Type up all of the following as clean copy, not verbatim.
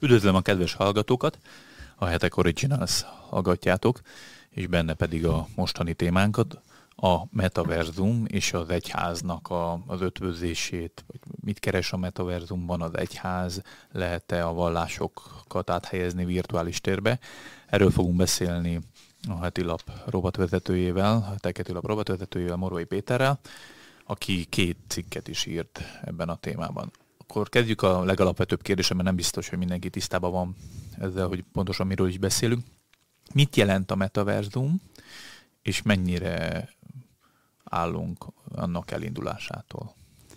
Üdvözlöm a kedves hallgatókat, a Hetek Originals hallgatjátok, és benne pedig a mostani témánkat, a metaverzum és az egyháznak az ötvözését, vagy mit keres a metaverzumban az egyház, lehet-e a vallásokat áthelyezni virtuális térbe. Erről fogunk beszélni a Heti Lap rovatvezetőjével, a Heti Lap rovatvezetőjével, Morvai Péterrel, aki 2 cikket is írt ebben a témában. Akkor kezdjük a legalapvetőbb kérdésre, mert nem biztos, hogy mindenki tisztában van ezzel, hogy pontosan miről is beszélünk. Mit jelent a metaverzum, és mennyire állunk annak elindulásától?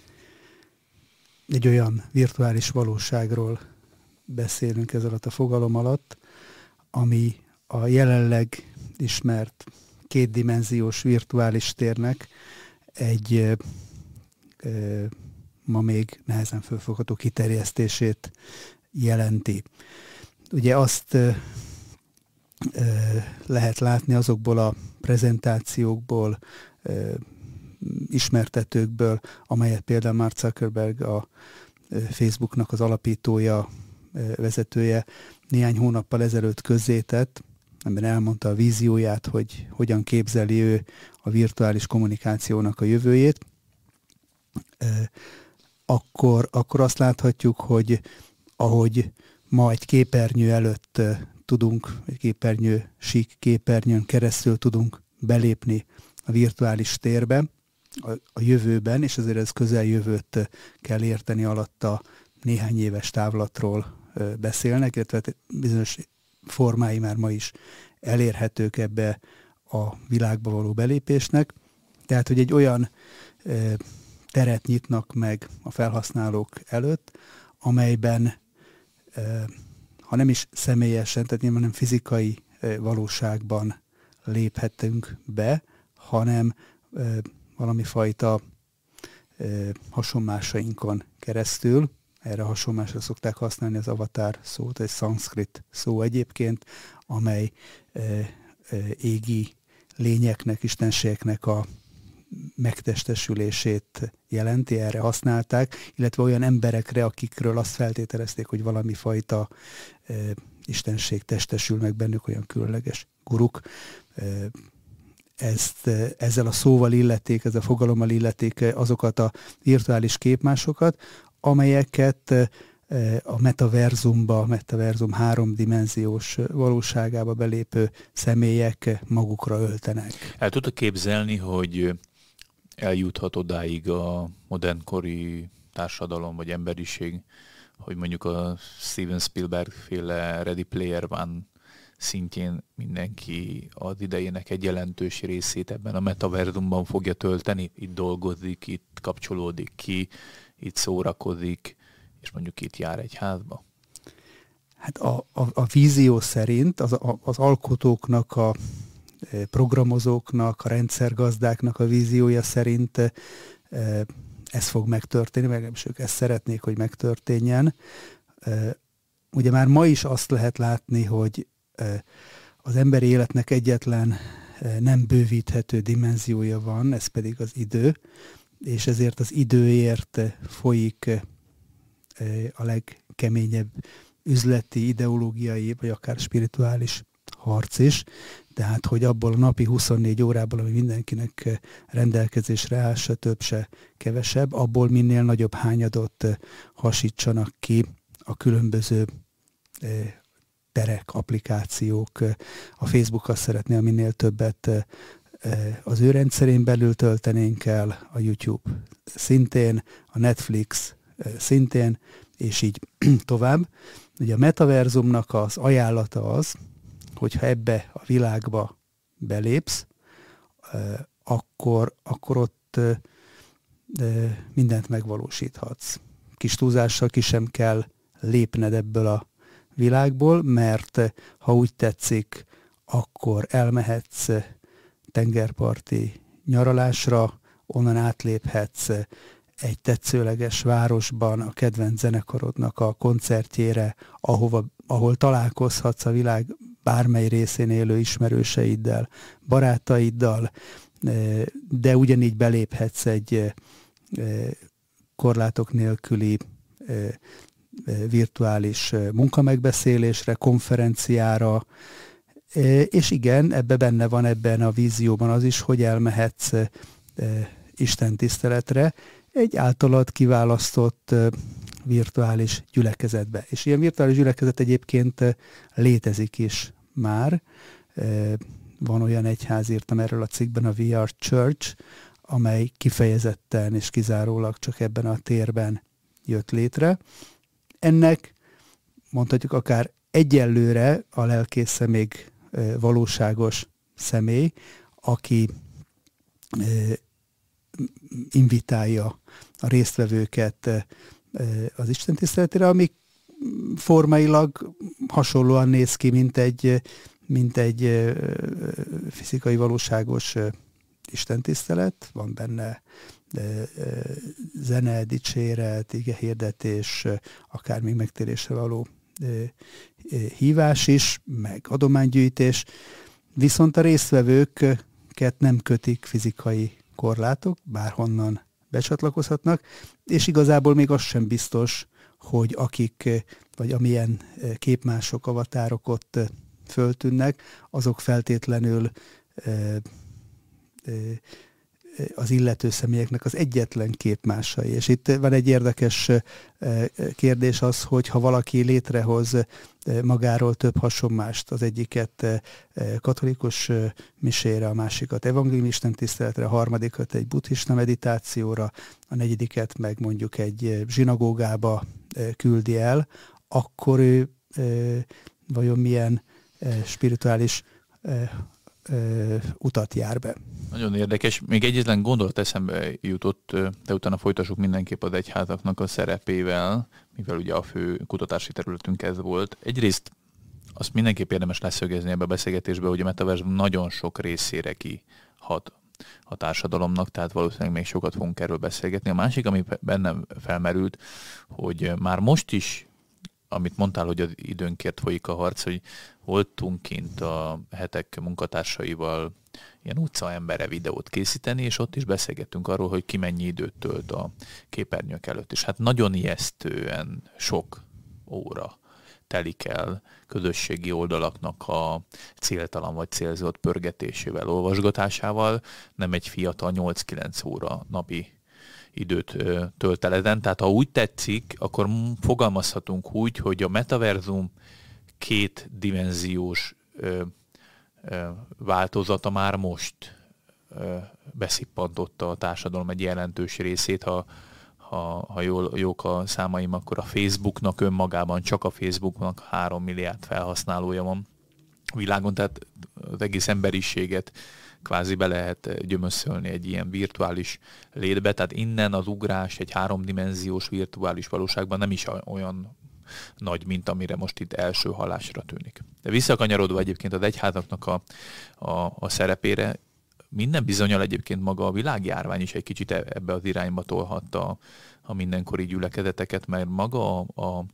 Egy olyan virtuális valóságról beszélünk ez alatt a fogalom alatt, ami a jelenleg ismert kétdimenziós virtuális térnek egy ma még nehezen fölfogható kiterjesztését jelenti. Ugye azt lehet látni azokból a prezentációkból, ismertetőkből, amelyet például Mark Zuckerberg, a Facebooknak az alapítója, vezetője néhány hónappal ezelőtt közzétett, amiben elmondta a vízióját, hogy hogyan képzeli ő a virtuális kommunikációnak a jövőjét, akkor azt láthatjuk, hogy ahogy ma egy képernyő előtt tudunk, egy sík képernyőn keresztül tudunk belépni a virtuális térbe a jövőben, és azért ez közeljövőt kell érteni alatta, néhány éves távlatról beszélnek, illetve bizonyos formái már ma is elérhetők ebbe a világba való belépésnek. Tehát, hogy egy olyan teret nyitnak meg a felhasználók előtt, amelyben, ha nem is személyesen, tehát nyilván nem fizikai valóságban léphetünk be, hanem valami fajta hasonmásainkon keresztül. Erre a hasonmásra szokták használni az avatar szót, egy szanszkrit szó egyébként, amely égi lényeknek, istenségeknek a megtestesülését jelenti, erre használták, illetve olyan emberekre, akikről azt feltételezték, hogy valami fajta istenség testesül meg bennük, olyan különleges guruk. Ezzel a szóval illeték, ezzel a fogalommal illeték azokat a virtuális képmásokat, amelyeket a metaverzum 3-dimenziós valóságába belépő személyek magukra öltenek. El tudod képzelni, hogy eljuthat odáig a modernkori társadalom vagy emberiség, hogy mondjuk a Steven Spielberg féle Ready Player One szintjén mindenki az idejének egy jelentős részét ebben a metaverzumban fogja tölteni, itt dolgozik, itt kapcsolódik ki, itt szórakozik, és mondjuk itt jár egy házba? Hát a vízió szerint az alkotóknak, a programozóknak, a rendszergazdáknak a víziója szerint ez fog megtörténni, meg ők ezt szeretnék, hogy megtörténjen. Ugye már ma is azt lehet látni, hogy az emberi életnek egyetlen nem bővíthető dimenziója van, ez pedig az idő, és ezért az időért folyik a legkeményebb üzleti, ideológiai, vagy akár spirituális harc is. Tehát, hogy abból a napi 24 órából, ami mindenkinek rendelkezésre áll, se több, se kevesebb, abból minél nagyobb hányadot hasítsanak ki a különböző terek, applikációk. A Facebook azt szeretné, minél többet az ő rendszerén belül töltenénk el, a YouTube szintén, a Netflix szintén, és így tovább. Ugye a metaverzumnak az ajánlata az, hogyha ebbe a világba belépsz, akkor ott mindent megvalósíthatsz. Kis túlzással ki sem kell lépned ebből a világból, mert ha úgy tetszik, akkor elmehetsz tengerparti nyaralásra, onnan átléphetsz egy tetszőleges városban a kedvenc zenekarodnak a koncertjére, ahol találkozhatsz a világ bármely részén élő ismerőseiddel, barátaiddal, de ugyanígy beléphetsz egy korlátok nélküli virtuális munkamegbeszélésre, konferenciára, és igen, benne van ebben a vízióban az is, hogy elmehetsz istentiszteletre egy általad kiválasztott virtuális gyülekezetbe. És ilyen virtuális gyülekezet egyébként létezik is már. Van olyan egyház, írtam erről a cikkben, a VR Church, amely kifejezetten és kizárólag csak ebben a térben jött létre. Ennek mondhatjuk akár egyelőre a lelkésze még valóságos személy, aki invitálja a résztvevőket az istentiszteletére, ami formailag hasonlóan néz ki, mint egy fizikai valóságos istentisztelet. Van benne zene, dicséret, igehirdetés, akár még megtérésre való hívás is, meg adománygyűjtés. Viszont a résztvevőket nem kötik fizikai korlátok, bárhonnan becsatlakozhatnak, és igazából még az sem biztos, hogy akik, vagy amilyen képmások, avatárok ott föltűnnek, azok feltétlenül az illető személyeknek az egyetlen képmásai. És itt van egy érdekes kérdés az, hogy ha valaki létrehoz magáról több hasonmást, az egyiket katolikus misére, a másikat evangélium istentiszteletre, a harmadikat egy buddhista meditációra, a negyediket meg mondjuk egy zsinagógába küldi el, akkor ő vajon milyen spirituális utat jár be. Nagyon érdekes. Még egyetlen gondolat eszembe jutott, de utána folytassuk mindenképp az egyházaknak a szerepével, mivel ugye a fő kutatási területünk ez volt. Egyrészt azt mindenképp érdemes leszögezni ebbe a beszélgetésbe, hogy a metaverzum nagyon sok részére kihat a társadalomnak, tehát valószínűleg még sokat fogunk erről beszélgetni. A másik, ami bennem felmerült, hogy már most is, amit mondtál, hogy az időnkért folyik a harc, hogy voltunk kint a hetek munkatársaival ilyen utcaembere videót készíteni, és ott is beszélgettünk arról, hogy ki mennyi időt tölt a képernyők előtt. És hát nagyon ijesztően sok óra telik el közösségi oldalaknak a céltalan vagy célzott pörgetésével, olvasgatásával, nem egy fiatal 8-9 óra napi időt tölt el ezen. Tehát ha úgy tetszik, akkor fogalmazhatunk úgy, hogy a metaverzum kétdimenziós változata már most beszippantotta a társadalom egy jelentős részét. Ha jók a számaim, akkor a Facebooknak önmagában, csak a Facebooknak 3 milliárd felhasználója van világon, tehát az egész emberiséget kvázi be lehet gyömöszölni egy ilyen virtuális létbe, tehát innen az ugrás egy 3-dimenziós virtuális valóságban nem is olyan nagy, mint amire most itt első hallásra tűnik. De visszakanyarodva egyébként az egyházaknak a szerepére, minden bizonnyal egyébként maga a világjárvány is egy kicsit ebbe az irányba tolhatta a mindenkori gyülekezeteket, mert maga a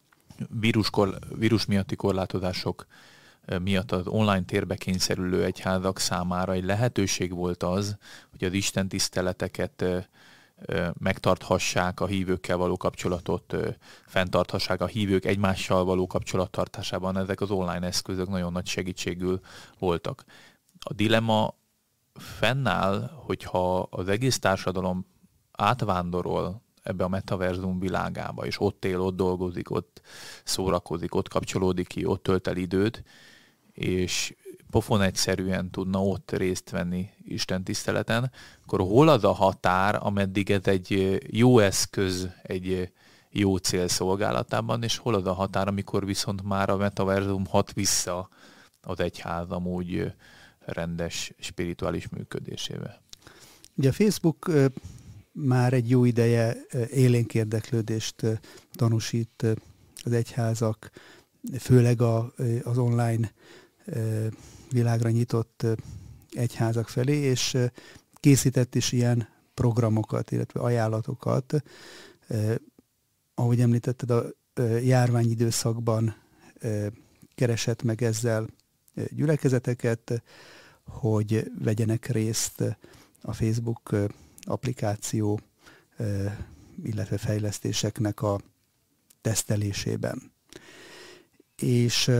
vírus miatti korlátozások miatt az online térbe kényszerülő egyházak számára egy lehetőség volt az, hogy az istentiszteleteket megtarthassák, a hívőkkel való kapcsolatot fenntarthassák, a hívők egymással való kapcsolattartásában ezek az online eszközök nagyon nagy segítségül voltak. A dilemma fennáll, hogyha az egész társadalom átvándorol ebbe a metaverzum világába, és ott él, ott dolgozik, ott szórakozik, ott kapcsolódik ki, ott tölt el időt, és pofon egyszerűen tudna ott részt venni istentiszteleten, akkor hol az a határ, ameddig ez egy jó eszköz, egy jó cél szolgálatában, és hol az a határ, amikor viszont már a metaverzum hat vissza az egyház amúgy rendes spirituális működésével. Ugye a Facebook már egy jó ideje élénk érdeklődést tanúsít az egyházak, főleg az online világra nyitott egyházak felé, és készített is ilyen programokat, illetve ajánlatokat. Ahogy említetted, a járványidőszakban keresett meg ezzel gyülekezeteket, hogy vegyenek részt a Facebook applikáció, illetve fejlesztéseknek a tesztelésében. És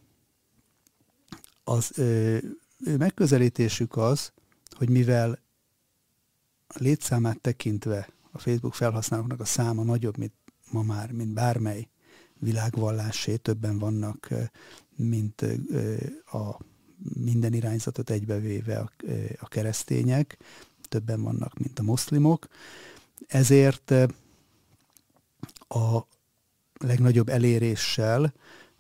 az ő megközelítésük az, hogy mivel a létszámát tekintve a Facebook felhasználóknak a száma nagyobb, mint ma már, mint bármely világvallásé, többen vannak, mint a minden irányzatot egybevéve a keresztények, többen vannak, mint a muszlimok. Ezért a legnagyobb eléréssel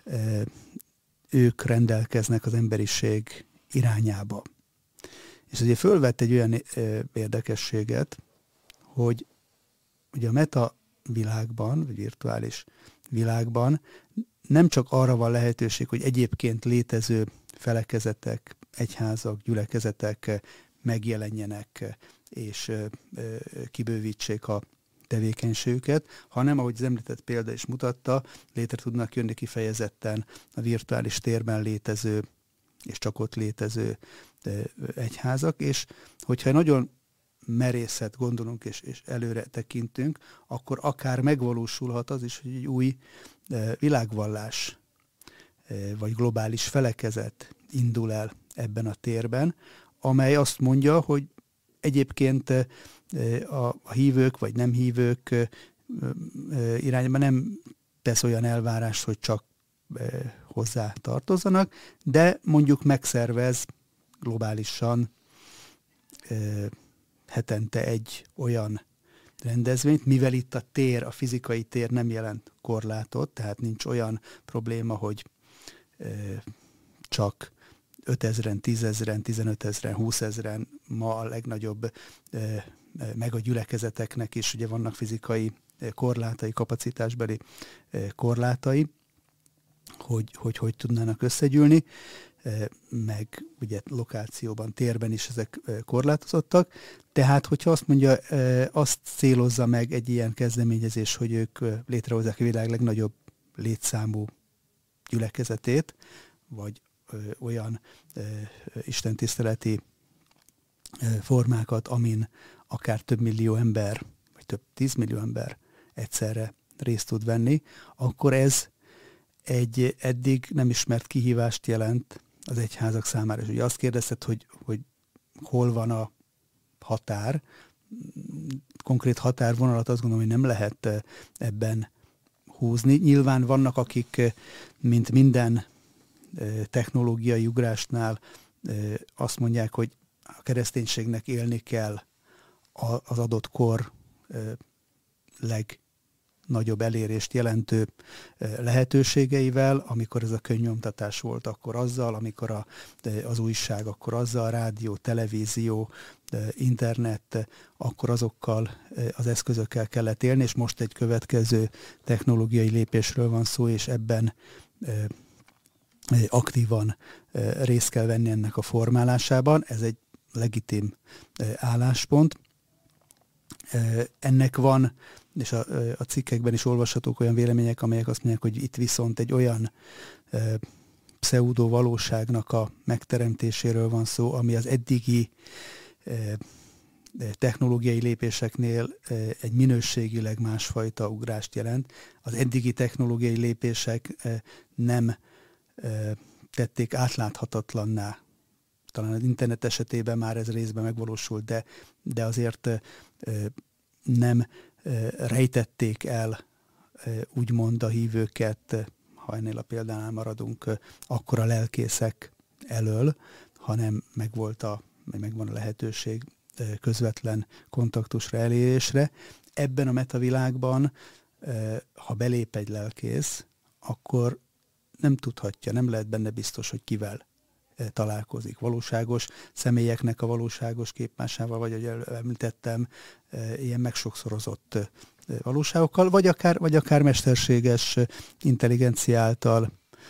ők rendelkeznek az emberiség irányába. És ugye fölvett egy olyan érdekességet, hogy ugye a meta világban, vagy virtuális világban nem csak arra van lehetőség, hogy egyébként létező felekezetek, egyházak, gyülekezetek megjelenjenek és kibővítsék a tevékenységüket, hanem, ahogy az említett példa is mutatta, létre tudnak jönni kifejezetten a virtuális térben létező és csak ott létező egyházak, és hogyha nagyon merészet gondolunk és előre tekintünk, akkor akár megvalósulhat az is, hogy egy új világvallás vagy globális felekezet indul el ebben a térben, amely azt mondja, hogy egyébként a hívők vagy nem hívők irányban nem tesz olyan elvárást, hogy csak hozzá tartozzanak, de mondjuk megszervez globálisan hetente egy olyan rendezvényt, mivel itt a tér, a fizikai tér nem jelent korlátot, tehát nincs olyan probléma, hogy csak 5000-en, 10 000-en, 15 000-en, 20 000-en, ma a legnagyobb meg a gyülekezeteknek is ugye vannak fizikai korlátai, kapacitásbeli korlátai, hogy tudnának összegyűlni, meg ugye lokációban, térben is ezek korlátozottak. Tehát, hogyha azt mondja, azt célozza meg egy ilyen kezdeményezés, hogy ők létrehozzák a világ legnagyobb létszámú gyülekezetét, vagy olyan istentiszteleti formákat, amin akár több millió ember, vagy több 10 millió ember egyszerre részt tud venni, akkor ez egy eddig nem ismert kihívást jelent az egyházak számára. És ugye azt kérdezted, hogy hol van a határ. Konkrét határvonalat azt gondolom, hogy nem lehet ebben húzni. Nyilván vannak, akik, mint minden technológiai ugrásnál azt mondják, hogy a kereszténységnek élni kell az adott kor legnagyobb elérést jelentő lehetőségeivel. Amikor ez a könyvnyomtatás volt, akkor azzal, amikor az újság, akkor azzal, rádió, televízió, internet, akkor azokkal az eszközökkel kellett élni, és most egy következő technológiai lépésről van szó, és ebben aktívan részt kell venni ennek a formálásában. Ez egy legitim álláspont. Ennek van, és a cikkekben is olvashatók olyan vélemények, amelyek azt mondják, hogy itt viszont egy olyan pseudo-valóságnak a megteremtéséről van szó, ami az eddigi technológiai lépéseknél egy minőségileg másfajta ugrást jelent. Az eddigi technológiai lépések nem tették átláthatatlanná. Talán az internet esetében már ez részben megvalósult, de azért nem rejtették el úgymond a hívőket, ha ennél a példánál maradunk, akkor a lelkészek elől, hanem megvan a lehetőség közvetlen kontaktusra, elérésre. Ebben a metavilágban, ha belép egy lelkész, akkor nem tudhatja, nem lehet benne biztos, hogy kivel találkozik. Valóságos személyeknek a valóságos képmásával, vagy ahogy említettem, ilyen megsokszorozott valóságokkal, vagy akár mesterséges intelligencia által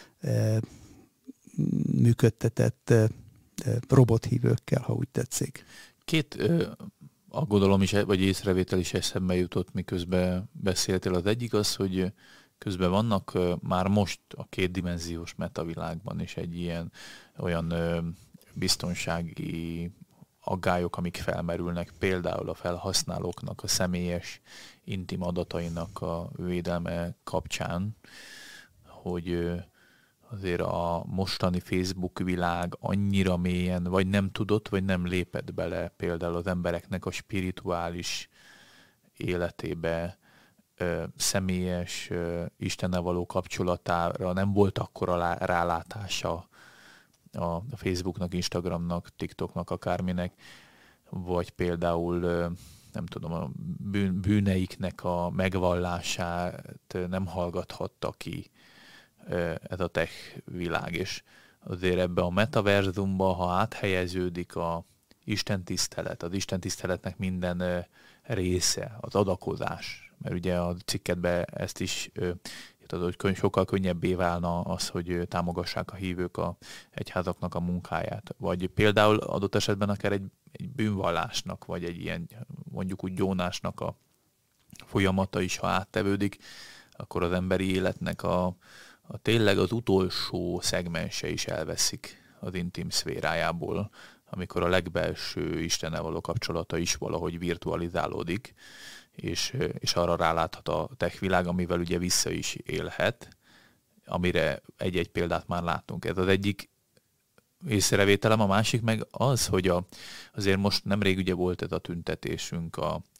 működtetett robothívőkkel, ha úgy tetszik. Két aggodalom is, vagy észrevétel is eszembe jutott, miközben beszéltél. Az egyik az, hogy közben vannak már most a kétdimenziós metavilágban is egy olyan biztonsági aggályok, amik felmerülnek, például a felhasználóknak a személyes, intim adatainak a védelme kapcsán, hogy azért a mostani Facebook világ annyira mélyen vagy nem tudott, vagy nem lépett bele például az embereknek a spirituális életébe, személyes, Istennel való kapcsolatára nem volt akkora rálátása a Facebooknak, Instagramnak, TikToknak, akárminek, vagy például nem tudom, a bűneiknek a megvallását nem hallgathatta ki ez a tech világ, és azért ebbe a metaverzumba, ha áthelyeződik a istentisztelet, az istentiszteletnek minden része, az adakozás, mert ugye a cikketben ezt is hogy sokkal könnyebbé válna az, hogy támogassák a hívők a egyházaknak a munkáját. Vagy például adott esetben akár egy bűnvallásnak, vagy egy ilyen mondjuk úgy gyónásnak a folyamata is, ha áttevődik, akkor az emberi életnek a tényleg az utolsó szegmense is elveszik az intim szférájából, amikor a legbelső Istennel való kapcsolata is valahogy virtualizálódik, és arra ráláthat a tech világ, amivel ugye vissza is élhet, amire egy-egy példát már láttunk. Ez az egyik észrevételem, a másik meg az, hogy azért most nemrég ugye volt ez a tüntetésünk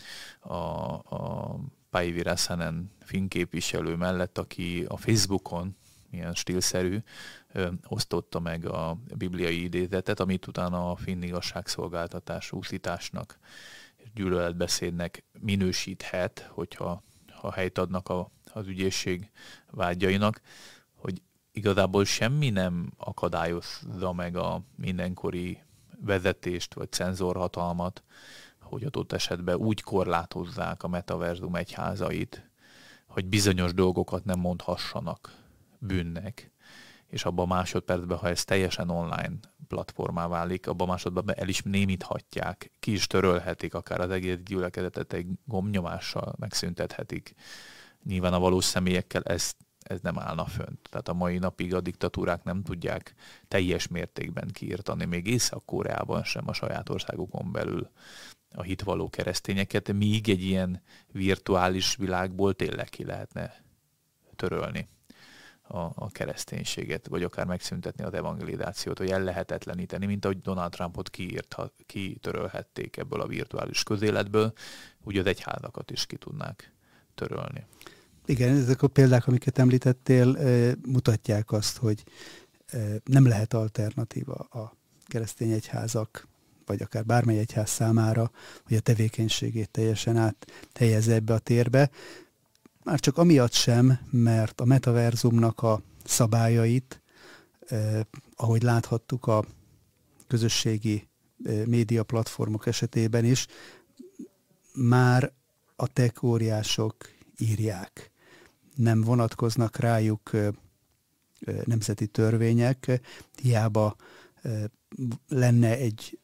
a Päivi Räsänen filmképviselő mellett, aki a Facebookon, ilyen stílszerű, osztotta meg a bibliai idézetet, amit utána a finn igazságszolgáltatás úszításnak és gyűlöletbeszédnek minősíthet, hogyha helyt adnak az ügyészség vágyainak, hogy igazából semmi nem akadályozza meg a mindenkori vezetést vagy cenzorhatalmat, hogy adott esetben úgy korlátozzák a metaverzum egyházait, hogy bizonyos dolgokat nem mondhassanak bűnnek, és abban a másodpercben, ha ez teljesen online platformá válik, abban a másodpercben el is némíthatják, ki is törölhetik, akár az egész gyülekezetet egy gombnyomással megszüntethetik. Nyilván a valós személyekkel ez nem állna fönt. Tehát a mai napig a diktatúrák nem tudják teljes mértékben kiirtani, még Észak-Koreában sem a saját országukon belül a hitvalló keresztényeket, míg egy ilyen virtuális világból tényleg ki lehetne törölni a kereszténységet, vagy akár megszüntetni az evangelizációt, vagy ellehetetleníteni, mint ahogy Donald Trumpot kitörölhették ebből a virtuális közéletből, úgy az egyházakat is ki tudnák törölni. Igen, ezek a példák, amiket említettél, mutatják azt, hogy nem lehet alternatíva a keresztény egyházak, vagy akár bármely egyház számára, hogy a tevékenységét teljesen áthelyezze ebbe a térbe. Már csak amiatt sem, mert a metaverzumnak a szabályait, ahogy láthattuk a közösségi média platformok esetében is, már a tech óriások írják. Nem vonatkoznak rájuk nemzeti törvények, hiába lenne egy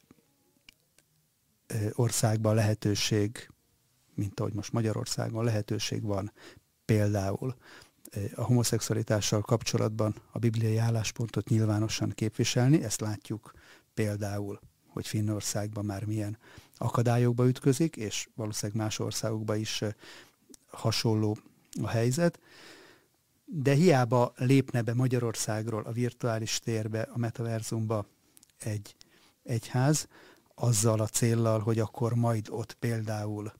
országban lehetőség, mint ahogy most Magyarországon lehetőség van például a homoszexualitással kapcsolatban a bibliai álláspontot nyilvánosan képviselni. Ezt látjuk például, hogy Finnországban már milyen akadályokba ütközik, és valószínűleg más országokban is hasonló a helyzet. De hiába lépne be Magyarországról a virtuális térbe, a metaverzumba egy egyház, azzal a céllal, hogy akkor majd ott például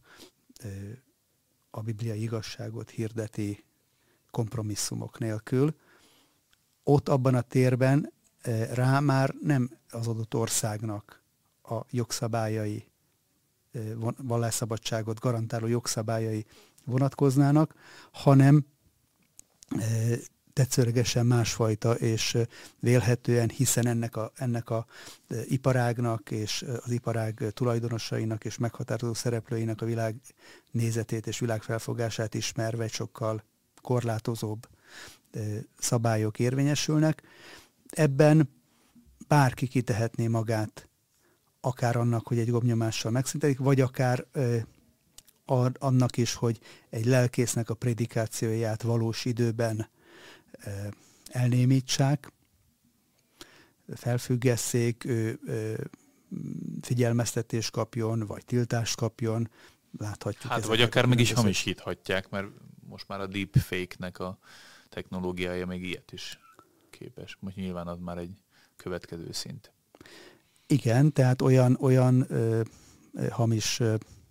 a bibliai igazságot hirdeti kompromisszumok nélkül, ott abban a térben rá már nem az adott országnak a jogszabályai, vallásszabadságot garantáló jogszabályai vonatkoznának, hanem tetszőlegesen másfajta, és vélhetően, hiszen ennek a iparágnak és az iparág tulajdonosainak és meghatározó szereplőinek a világ nézetét és világfelfogását ismerve egy sokkal korlátozóbb szabályok érvényesülnek. Ebben bárki kitehetné magát akár annak, hogy egy gombnyomással megszüntetik, vagy akár annak is, hogy egy lelkésznek a prédikációját valós időben elnémítsák, felfüggesszék, figyelmeztetést kapjon, vagy tiltást kapjon. Láthatjuk. Hát vagy akár meg is hamisíthatják, mert most már a deepfake-nek a technológiája még ilyet is képes. Most nyilván az már egy következő szint. Igen, tehát olyan hamis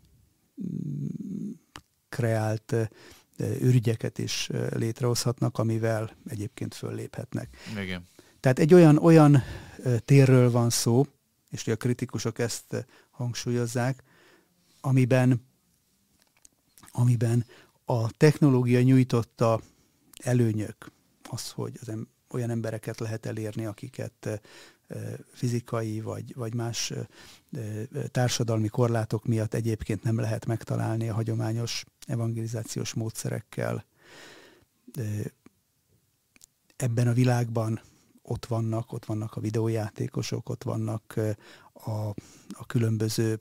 kreált ürügyeket is létrehozhatnak, amivel egyébként fölléphetnek. Igen. Tehát egy olyan térről van szó, és a kritikusok ezt hangsúlyozzák, amiben a technológia nyújtotta előnyök, az, hogy olyan embereket lehet elérni, akiket fizikai vagy más társadalmi korlátok miatt egyébként nem lehet megtalálni a hagyományos evangelizációs módszerekkel. Ebben a világban ott vannak a videójátékosok, ott vannak a különböző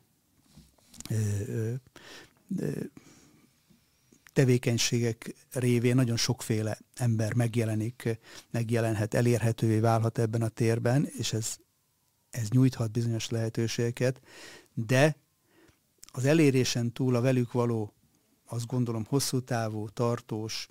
tevékenységek révén nagyon sokféle ember megjelenhet, elérhetővé válhat ebben a térben, és ez nyújthat bizonyos lehetőségeket, de az elérésen túl a velük való, azt gondolom, hosszú távú, tartós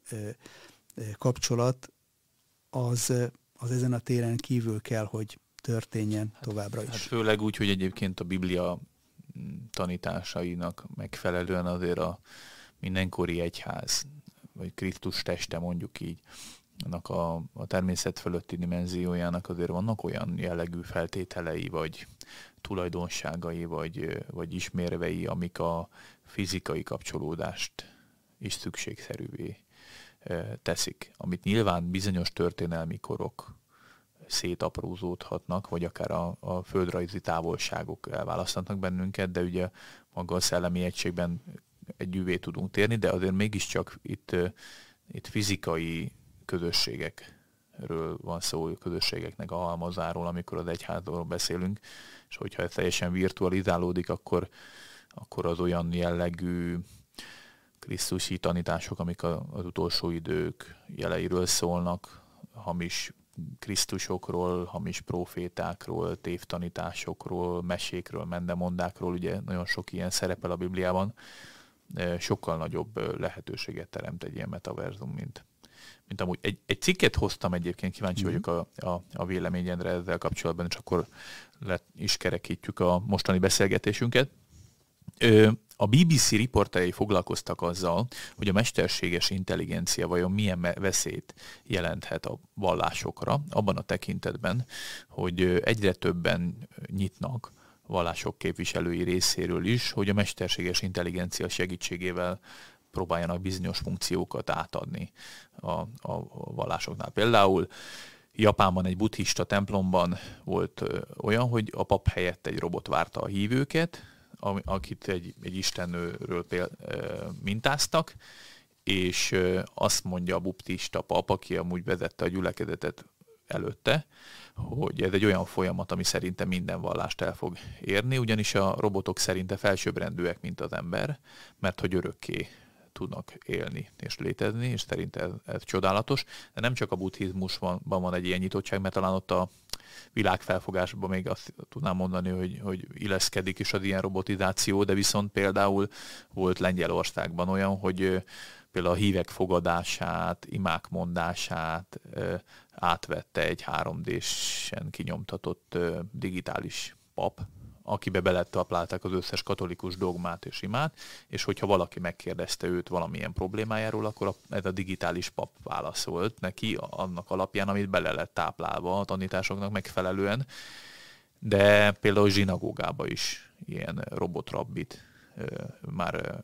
kapcsolat az ezen a téren kívül kell, hogy történjen továbbra is. Hát főleg úgy, hogy egyébként a Biblia tanításainak megfelelően azért a mindenkori egyház, vagy Krisztus teste, mondjuk így, annak a természet fölötti dimenziójának azért vannak olyan jellegű feltételei, vagy tulajdonságai, vagy ismérvei, amik a fizikai kapcsolódást is szükségszerűvé teszik. Amit nyilván bizonyos történelmi korok szétaprózódhatnak, vagy akár a földrajzi távolságok elválaszthatnak bennünket, de ugye maga a szellemi egységben együvé tudunk térni, de azért mégiscsak itt fizikai közösségekről van szó, közösségeknek a halmazáról, amikor az egyházról beszélünk, és hogyha ez teljesen virtualizálódik, akkor az olyan jellegű krisztusi tanítások, amik az utolsó idők jeleiről szólnak, hamis krisztusokról, hamis profétákról, tévtanításokról, mesékről, mendemondákról, ugye nagyon sok ilyen szerepel a Bibliában, sokkal nagyobb lehetőséget teremt egy ilyen metaverzum, mint amúgy. Egy cikket hoztam egyébként, kíváncsi vagyok a véleményedre ezzel kapcsolatban, és akkor is kerekítjük a mostani beszélgetésünket. A BBC riporterei foglalkoztak azzal, hogy a mesterséges intelligencia vajon milyen veszélyt jelenthet a vallásokra, abban a tekintetben, hogy egyre többen nyitnak vallások képviselői részéről is, hogy a mesterséges intelligencia segítségével próbáljanak bizonyos funkciókat átadni a vallásoknál. Például Japánban egy buddhista templomban volt olyan, hogy a pap helyett egy robot várta a hívőket, akit egy istennőről mintáztak, és azt mondja a buddhista pap, aki amúgy vezette a gyülekezetet előtte, hogy ez egy olyan folyamat, ami szerintem minden vallást el fog érni, ugyanis a robotok szerinte felsőbbrendűek, mint az ember, mert hogy örökké tudnak élni és létezni, és szerintem ez csodálatos. De nem csak a buddhizmusban van egy ilyen nyitottság, mert talán ott a világfelfogásban még azt tudnám mondani, hogy illeszkedik is az ilyen robotizáció, de viszont például volt Lengyelországban olyan, hogy például a hívek fogadását, imák mondását átvette egy 3D-sen kinyomtatott digitális pap, akibe beletaplálták az összes katolikus dogmát és imát, és hogyha valaki megkérdezte őt valamilyen problémájáról, akkor ez a digitális pap válaszolt neki annak alapján, amit bele lett táplálva a tanításoknak megfelelően. De például zsinagógába is ilyen robotrabbit már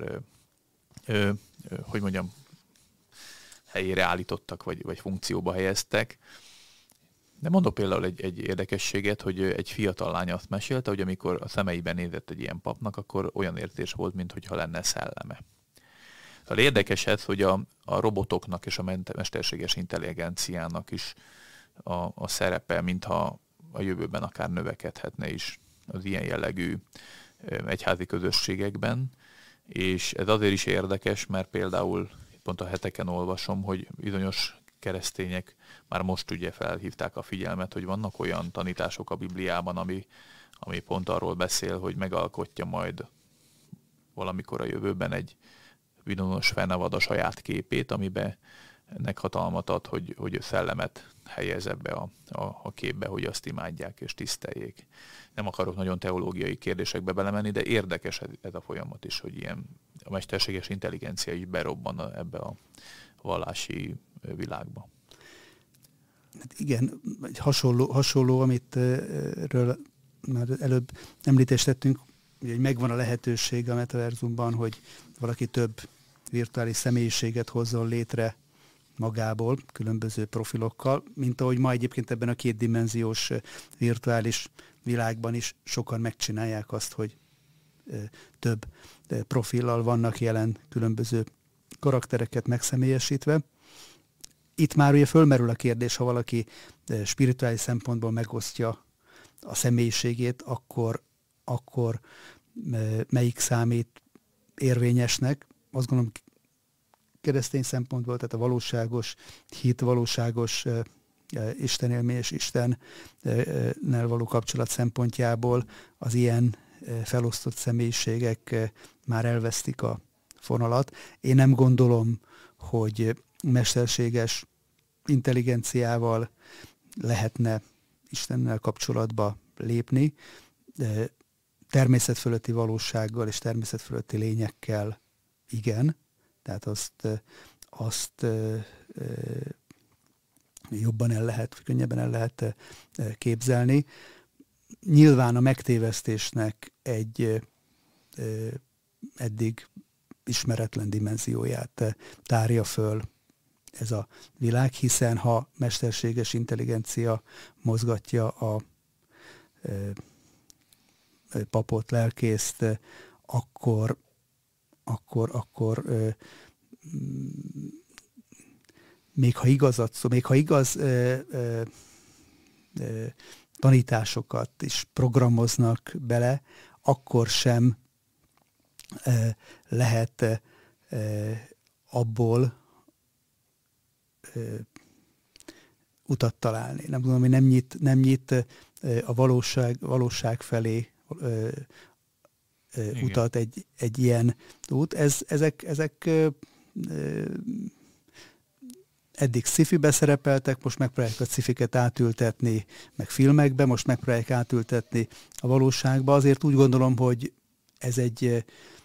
hogy mondjam, helyére állítottak, vagy funkcióba helyeztek. De mondok például egy érdekességet, hogy egy fiatal lány azt mesélte, hogy amikor a szemeiben nézett egy ilyen papnak, akkor olyan érzés volt, mintha lenne szelleme. Szóval érdekes ez, hogy a robotoknak és a mesterséges intelligenciának is a szerepe, mintha a jövőben akár növekedhetne is az ilyen jellegű egyházi közösségekben. És ez azért is érdekes, mert például pont a heteken olvasom, hogy bizonyos keresztények már most ugye felhívták a figyelmet, hogy vannak olyan tanítások a Bibliában, ami pont arról beszél, hogy megalkotja majd valamikor a jövőben egy Vinonos Fenevad a saját képét, amiben ennek hatalmat ad, hogy ő szellemet helyez ebbe a képbe, hogy azt imádják és tiszteljék. Nem akarok nagyon teológiai kérdésekbe belemenni, de érdekes ez a folyamat is, hogy ilyen a mesterséges intelligencia is berobban ebbe a vallási világba. Hát igen, egy hasonló, amit már előbb említést tettünk, hogy megvan a lehetőség a metaverzumban, hogy valaki több virtuális személyiséget hozzon létre magából, különböző profilokkal, mint ahogy ma egyébként ebben a kétdimenziós virtuális világban is sokan megcsinálják azt, hogy több profillal vannak jelen különböző karaktereket megszemélyesítve. Itt már ugye fölmerül a kérdés, ha valaki spirituális szempontból megosztja a személyiségét, akkor melyik számít érvényesnek. Azt gondolom, keresztény szempontból, tehát a valóságos hit, valóságos istenélmény és Istennel való kapcsolat szempontjából az ilyen felosztott személyiségek már elvesztik a fonalat. Én nem gondolom, hogy mesterséges intelligenciával lehetne Istennel kapcsolatba lépni, de természetfölötti valósággal és természetfölötti lényekkel igen, tehát azt jobban könnyebben el lehet képzelni. Nyilván a megtévesztésnek egy eddig ismeretlen dimenzióját tárja föl ez a világ, hiszen ha mesterséges intelligencia mozgatja a papot, lelkészt, akkor még ha igaz tanításokat is programoznak bele, akkor sem lehet abból utat találni. Nem tudom, hogy nem nyit a valóság felé utat egy ilyen út. Ezek eddig sci-fibe szerepeltek, most megpróbálják a sci-fiket átültetni, meg filmekbe, most megpróbálják átültetni a valóságba. Azért úgy gondolom, hogy ez egy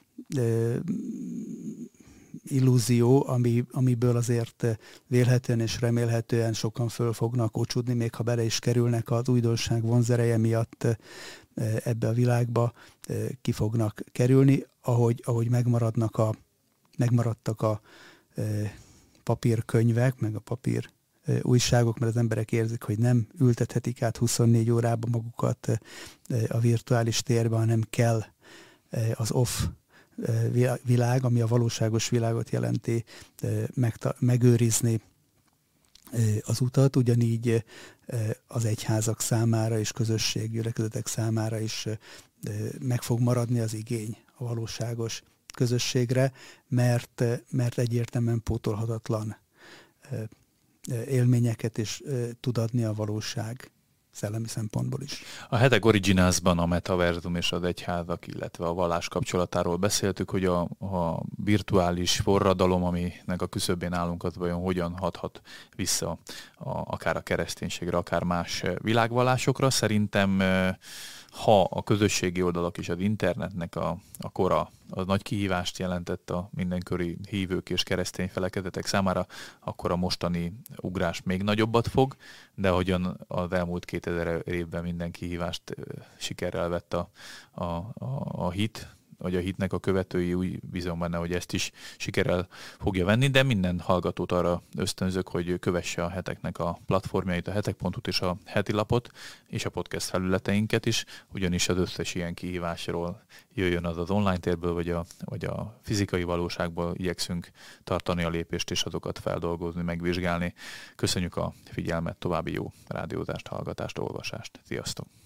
illúzió, amiből azért vélhetően és remélhetően sokan föl fognak kocsudni, még ha bele is kerülnek az újdonság vonzereje miatt ebbe a világba, ki fognak kerülni, ahogy megmaradtak a papírkönyvek, meg a papír újságok, mert az emberek érzik, hogy nem ültethetik át 24 órában magukat a virtuális térbe, hanem kell az off világ, ami a valóságos világot jelenti, megőrizni az utat, ugyanígy az egyházak számára és közösséggyülekezetek számára is meg fog maradni az igény a valóságos közösségre, mert egyértelműen pótolhatatlan élményeket is tud adni a valóság szellemi szempontból is. A Hetek Originalsban a metaverzum és az egyházak, illetve a vallás kapcsolatáról beszéltük, hogy a virtuális forradalom, aminek a küszöbén állunk, az vajon hogyan hathat vissza akár a kereszténységre, akár más világvallásokra. Szerintem ha a közösségi oldalak és az internetnek a kora az nagy kihívást jelentett a mindenkori hívők és keresztény felekezetek számára, akkor a mostani ugrás még nagyobbat fog, de ahogyan az elmúlt 2000 évben minden kihívást sikerrel vett a hit, vagy a hitnek a követői, úgy bízom benne, hogy ezt is sikerrel fogja venni, de minden hallgatót arra ösztönzök, hogy kövesse a Heteknek a platformjait, a hetek.hu-t és a heti lapot, és a podcast felületeinket is, ugyanis az összes ilyen kihívásról jöjjön az online térből, vagy a fizikai valóságból igyekszünk tartani a lépést, és azokat feldolgozni, megvizsgálni. Köszönjük a figyelmet, további jó rádiózást, hallgatást, olvasást. Sziasztok!